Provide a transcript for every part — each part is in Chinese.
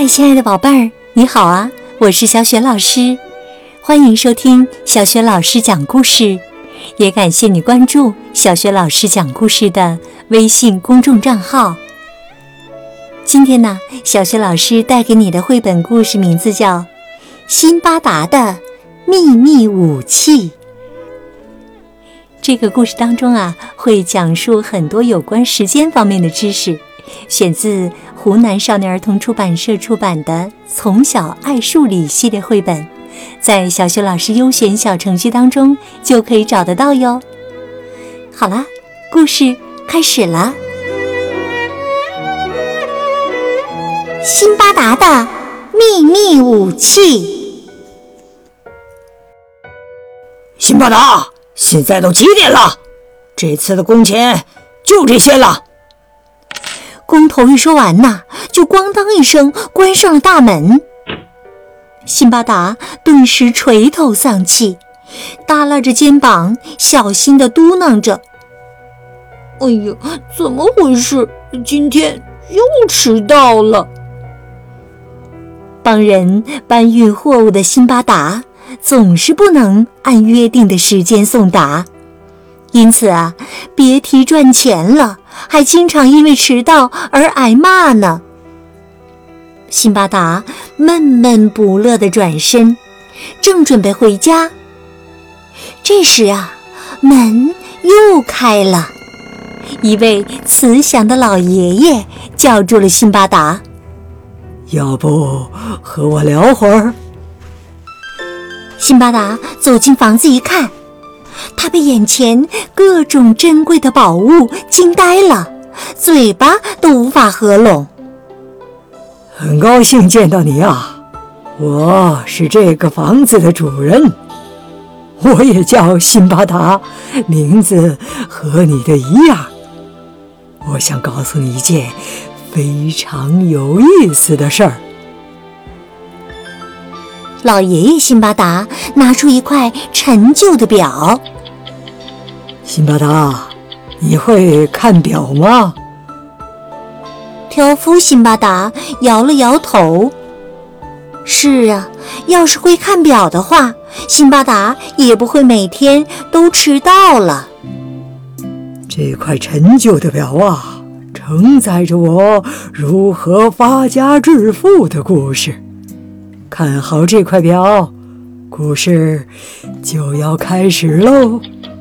嗨，亲爱的宝贝儿，你好啊！我是小雪老师，欢迎收听小雪老师讲故事，也感谢你关注小雪老师讲故事的微信公众账号。今天呢，小雪老师带给你的绘本故事名字叫《辛巴达的秘密武器》。这个故事当中啊，会讲述很多有关时间方面的知识，选自湖南少年儿童出版社出版的《从小爱数理》系列绘本，在小雪老师优选小程序当中就可以找得到哟。好啦，故事开始了。辛巴达的秘密武器。 辛巴达，现在都几点了？这次的工钱就这些了。 工头一说完呐，就咣当一声关上了大门。辛巴达顿时垂头丧气，耷拉着肩膀，小心地嘟囔着：“哎呀，怎么回事？今天又迟到了。”帮人搬运货物的辛巴达总是不能按约定的时间送达，因此啊，别提赚钱了，还经常因为迟到而挨骂呢。辛巴达闷闷不乐地转身，正准备回家，这时啊，门又开了，一位慈祥的老爷爷叫住了辛巴达：“ 要不和我聊会儿？” 辛巴达走进房子一看，他被眼前各种珍贵的宝物惊呆了，嘴巴都无法合拢。 很高兴见到你啊，我是这个房子的主人，我也叫辛巴达，名字和你的一样。我想告诉你一件非常有意思的事儿。 老爷爷辛巴达拿出一块陈旧的表。 辛巴达，你会看表吗？ 挑夫辛巴达摇了摇头。是啊，要是会看表的话，辛巴达也不会每天都迟到了。 这块陈旧的表啊，承载着我如何发家致富的故事。看好这块表，故事就要开始喽。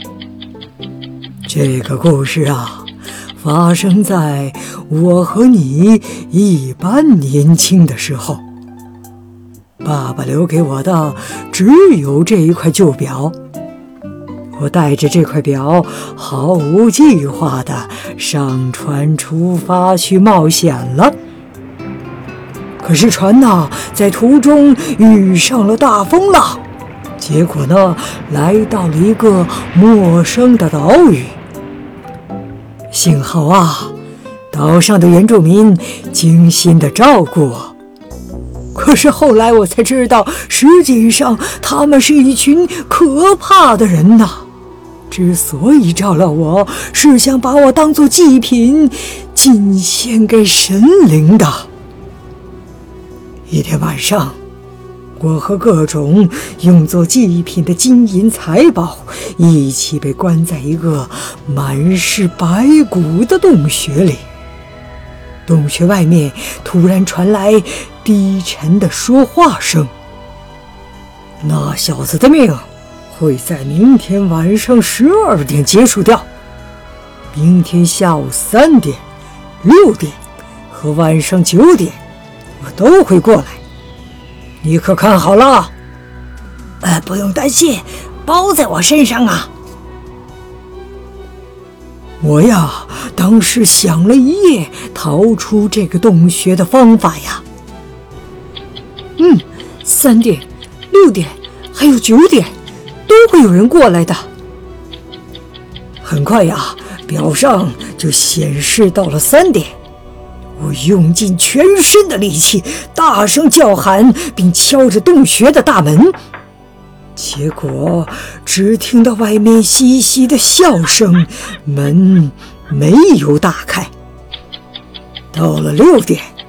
这个故事啊，发生在我和你一般年轻的时候。爸爸留给我的只有这一块旧表，我带着这块表毫无计划地上船出发去冒险了。可是船呢，在途中遇上了大风浪，结果呢，来到了一个陌生的岛屿。幸好啊，岛上的原住民精心地照顾我。可是后来我才知道，实际上他们是一群可怕的人呐。之所以照料我，是想把我当作祭品进献给神灵的。一天晚上，我和各种用作祭品的金银财宝一起被关在一个满是白骨的洞穴里。洞穴外面突然传来低沉的说话声：“那小子的命会在明天晚上12点结束掉，明天下午3点、6点和晚上9点我都会过来，你可看好了？”“不用担心，包在我身上啊。”我呀，当时想了一夜逃出这个洞穴的方法呀。3点、6点还有9点都会有人过来的。很快呀，表上就显示到了3点。我用尽全身的力气，大声叫喊，并敲着洞穴的大门。结果只听到外面嘻嘻的笑声，门没有打开。到了6点，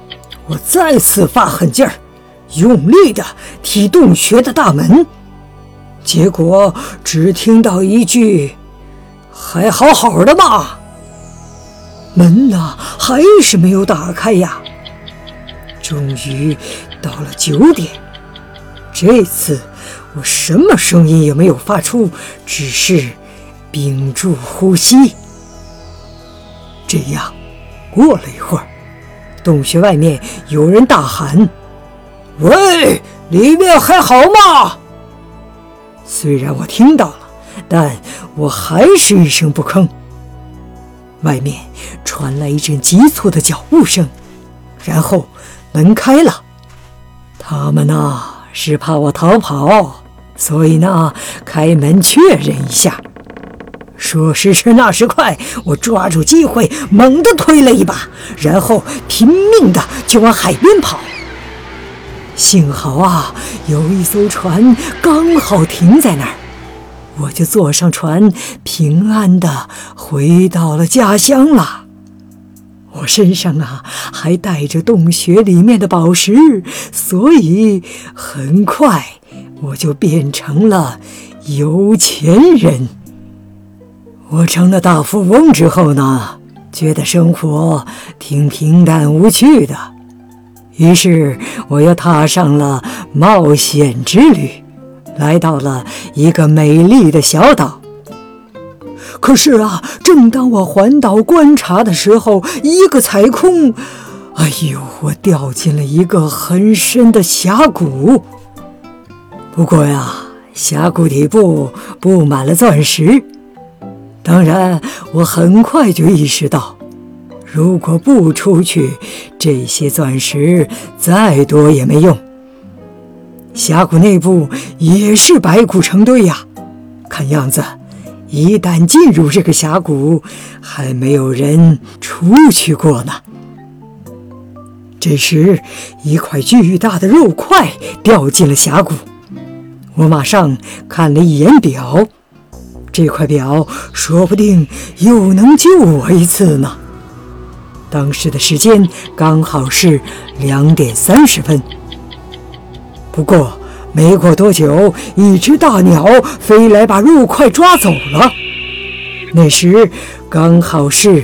我再次发狠劲儿，用力地踢洞穴的大门，结果只听到一句：“还好好的嘛。”门呢，还是没有打开呀。终于到了9点，这次我什么声音也没有发出，只是屏住呼吸。这样过了一会儿，洞穴外面有人大喊：“喂，里面还好吗？”虽然我听到了，但我还是一声不吭。外面传来一阵急促的脚步声，然后门开了。他们呢，是怕我逃跑，所以呢，开门确认一下。说时迟那时快，我抓住机会猛地推了一把，然后拼命地就往海边跑。幸好啊，有一艘船刚好停在那儿，我就坐上船，平安地回到了家乡了。我身上啊还带着洞穴里面的宝石，所以很快我就变成了有钱人。我成了大富翁之后呢，觉得生活挺平淡无趣的，于是我又踏上了冒险之旅，来到了一个美丽的小岛。可是啊，正当我环岛观察的时候，一个踩空，哎呦，我掉进了一个很深的峡谷。不过呀，峡谷底部布满了钻石。当然，我很快就意识到，如果不出去，这些钻石再多也没用。峡谷内部也是白骨成堆呀，看样子一旦进入这个峡谷，还没有人出去过呢。这时，一块巨大的肉块掉进了峡谷。我马上看了一眼表，这块表说不定又能救我一次呢。当时的时间刚好是2点30分。不过没过多久，一只大鸟飞来把肉块抓走了。那时刚好是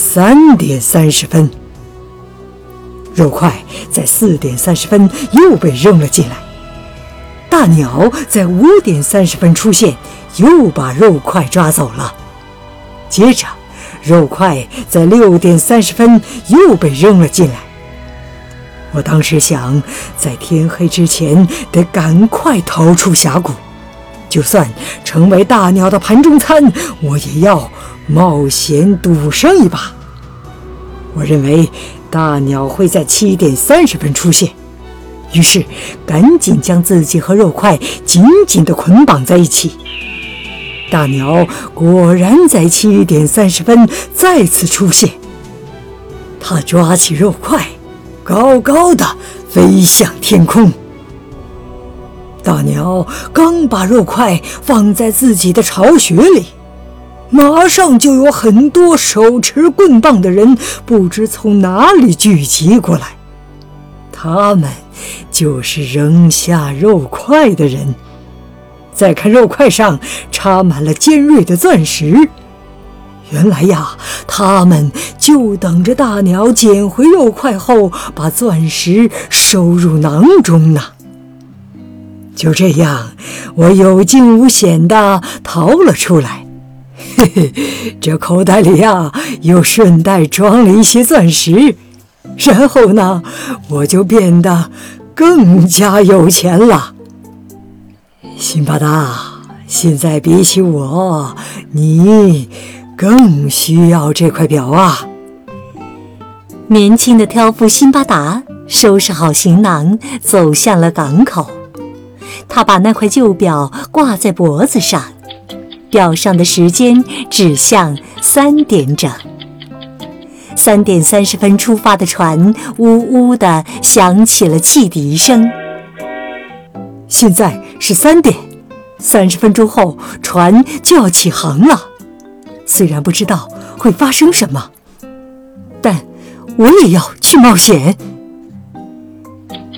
3点30分。肉块在4点30分又被扔了进来。大鸟在5点30分出现，又把肉块抓走了。接着肉块在6点30分又被扔了进来。我当时想，在天黑之前得赶快逃出峡谷，就算成为大鸟的盘中餐，我也要冒险赌上一把。我认为大鸟会在7点30分出现，于是赶紧将自己和肉块紧紧地捆绑在一起。大鸟果然在7点30分再次出现，它抓起肉块，高高的飞向天空。大鸟刚把肉块放在自己的巢穴里，马上就有很多手持棍棒的人不知从哪里聚集过来，他们就是扔下肉块的人。再看肉块上插满了尖锐的钻石，原来呀，他们就等着大鸟捡回肉块后把钻石收入囊中呢。就这样，我有惊无险地逃了出来。嘿嘿，这口袋里呀，又顺带装了一些钻石。然后呢，我就变得更加有钱了。辛巴达，现在比起我，你更需要这块表啊！ 年轻的挑夫辛巴达收拾好行囊，走向了港口。他把那块旧表挂在脖子上，表上的时间指向3点整。3点30分出发的船呜呜地响起了汽笛声。 现在是3点，30分钟后船就要起航了。虽然不知道会发生什么，但我也要去冒险。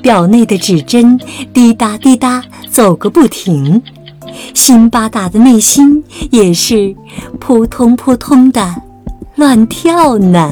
表内的指针滴答滴答走个不停，辛巴达的内心也是扑通扑通的乱跳呢。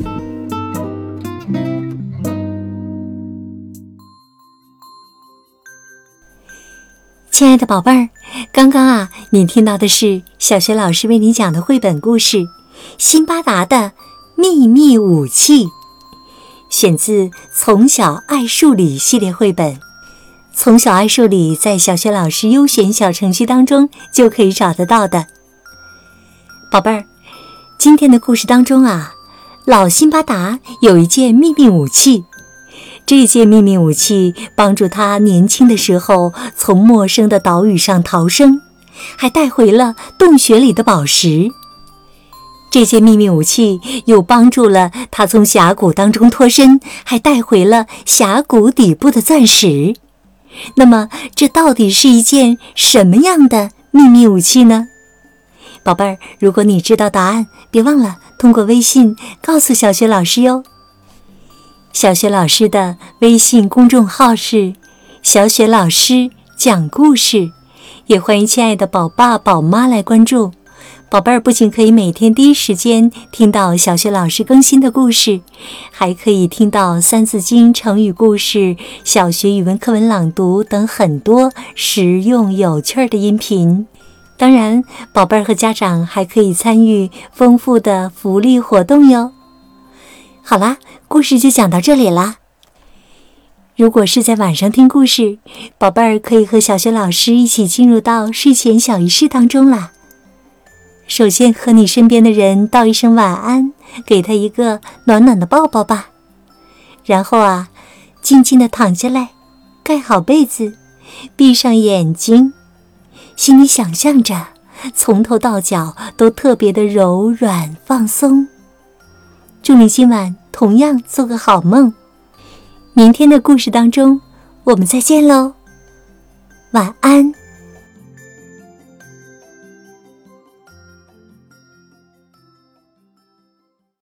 亲爱的宝贝儿，刚刚你听到的是小学老师为你讲的绘本故事《辛巴达的秘密武器》，选自《从小爱数理》系列绘本。从小爱数理在小学老师优选小程序当中就可以找得到的。宝贝儿，今天的故事当中老辛巴达有一件秘密武器，这件秘密武器帮助他年轻的时候从陌生的岛屿上逃生，还带回了洞穴里的宝石。这件秘密武器又帮助了他从峡谷当中脱身，还带回了峡谷底部的钻石。那么这到底是一件什么样的秘密武器呢？宝贝儿，如果你知道答案，别忘了通过微信告诉小学老师哟。小学老师的微信公众号是小雪老师讲故事，也欢迎亲爱的宝爸宝妈来关注。宝贝儿不仅可以每天第一时间听到小学老师更新的故事，还可以听到三字经、成语故事、小学语文课文朗读等很多实用有趣的音频。当然，宝贝儿和家长还可以参与丰富的福利活动哟。好啦，故事就讲到这里啦。如果是在晚上听故事，宝贝儿可以和小学老师一起进入到睡前小仪式当中啦。首先和你身边的人道一声晚安，给他一个暖暖的抱抱吧。然后静静地躺下来，盖好被子，闭上眼睛，心里想象着从头到脚都特别的柔软放松。祝你今晚同样做个好梦。明天的故事当中，我们再见喽，晚安。